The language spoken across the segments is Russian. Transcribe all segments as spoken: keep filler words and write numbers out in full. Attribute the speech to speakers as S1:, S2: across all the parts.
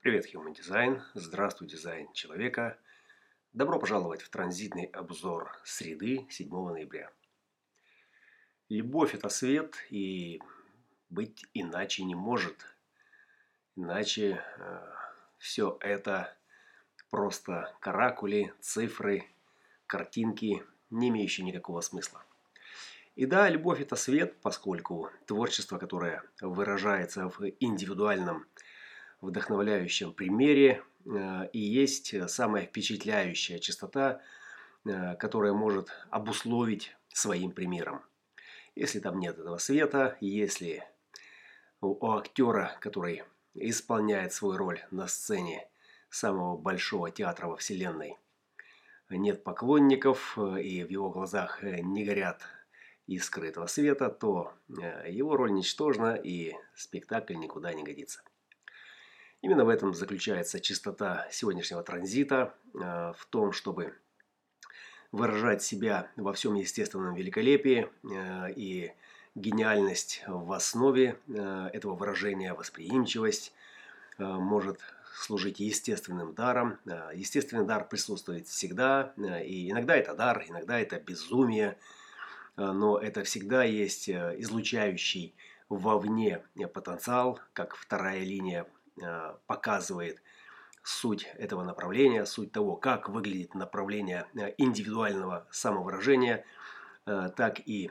S1: Привет, Human Design. Здравствуй, дизайн человека. Добро пожаловать в транзитный обзор среды седьмого ноября. Любовь– это свет, и быть иначе не может. Иначе э, все это просто каракули, цифры, картинки, не имеющие никакого смысла. И да, любовь– это свет, поскольку творчество, которое выражается в индивидуальном вдохновляющем примере, э, и есть самая впечатляющая чистота, э, которая может обусловить своим примером. Если там нет этого света, если у, у актера, который исполняет свою роль на сцене самого большого театра во вселенной, нет поклонников э, и в его глазах э, не горят искры этого света, то э, его роль ничтожна и спектакль никуда не годится. Именно в этом заключается чистота сегодняшнего транзита, э, в том, чтобы выражать себя во всем естественном великолепии, э, и гениальность в основе э, этого выражения, восприимчивость э, может служить естественным даром. Э, естественный дар присутствует всегда, э, и иногда это дар, иногда это безумие, э, но это всегда есть э, излучающий вовне потенциал, как вторая линия показывает суть этого направления, суть того, как выглядит направление индивидуального самовыражения, так и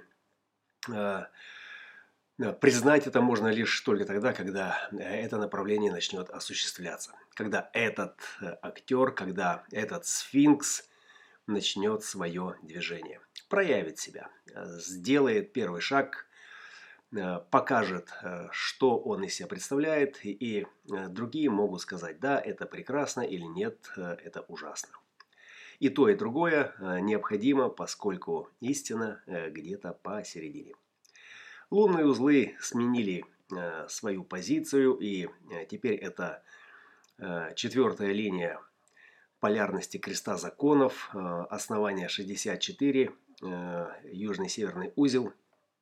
S1: признать это можно лишь только тогда, когда это направление начнет осуществляться. Когда этот актер, когда этот сфинкс начнет свое движение, проявит себя, сделает первый шаг, покажет, что он из себя представляет, и другие могут сказать: да, это прекрасно, или нет, это ужасно. И то, и другое необходимо, поскольку истина где-то посередине. Лунные узлы сменили свою позицию, и теперь это четвертая линия полярности креста законов, основание шестьдесят четыре, южный северный узел,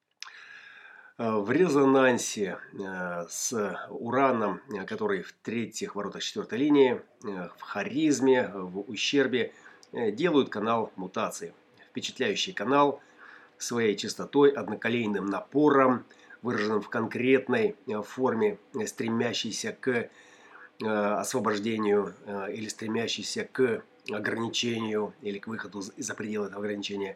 S1: в резонансе с Ураном, который в третьих воротах четвертой линии, в харизме, в ущербе, делают канал мутации. Впечатляющий канал своей чистотой, одноколейным напором, выраженным в конкретной форме, стремящейся к освобождению или стремящейся к ограничению или к выходу за пределы этого ограничения.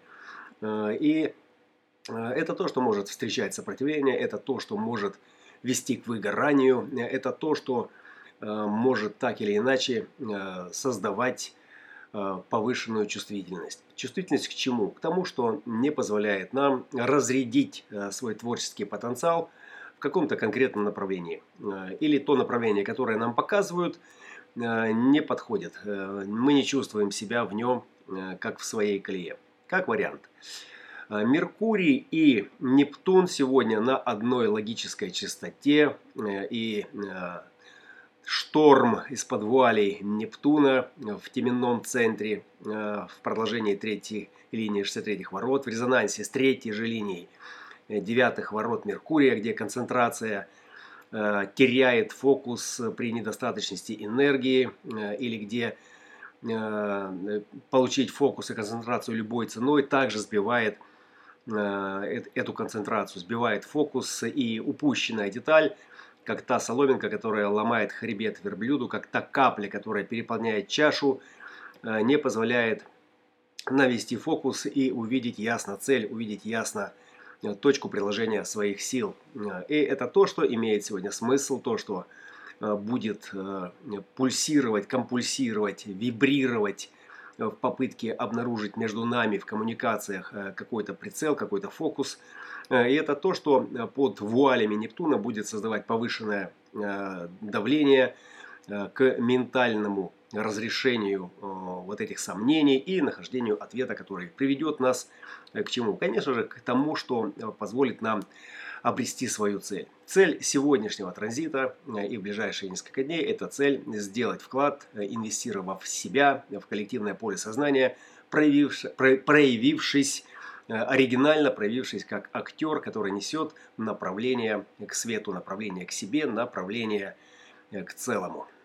S1: И это то, что может встречать сопротивление, это то, что может вести к выгоранию, это то, что может так или иначе создавать повышенную чувствительность. Чувствительность к чему? К тому, что не позволяет нам разрядить свой творческий потенциал в каком-то конкретном направлении. Или то направление, которое нам показывают, не подходит. Мы не чувствуем себя в нем, как в своей колее. Как вариант. Меркурий и Нептун сегодня на одной логической частоте, и шторм из-под вуалей Нептуна в теменном центре, в продолжении третьей линии шестьдесят третьих ворот, в резонансе с третьей же линией девятых ворот Меркурия, где концентрация теряет фокус при недостаточности энергии, или где получить фокус и концентрацию любой ценой также сбивает эту концентрацию, сбивает фокус, и упущенная деталь, как та соломинка, которая ломает хребет верблюду, как та капля, которая переполняет чашу, не позволяет навести фокус и увидеть ясно цель, увидеть ясно точку приложения своих сил. И это то, что имеет сегодня смысл, то, что будет пульсировать, компульсировать, вибрировать в попытке обнаружить между нами в коммуникациях какой-то прицел, какой-то фокус. И это то, что под вуалями Нептуна будет создавать повышенное давление к ментальному разрешению вот этих сомнений и нахождению ответа, который приведет нас к чему? Конечно же, к тому, что позволит нам обрести свою цель. Цель сегодняшнего транзита и в ближайшие несколько дней – это цель сделать вклад, инвестировав в себя, в коллективное поле сознания, проявившись, проявившись оригинально, проявившись как актер, который несет направление к свету, направление к себе, направление к целому.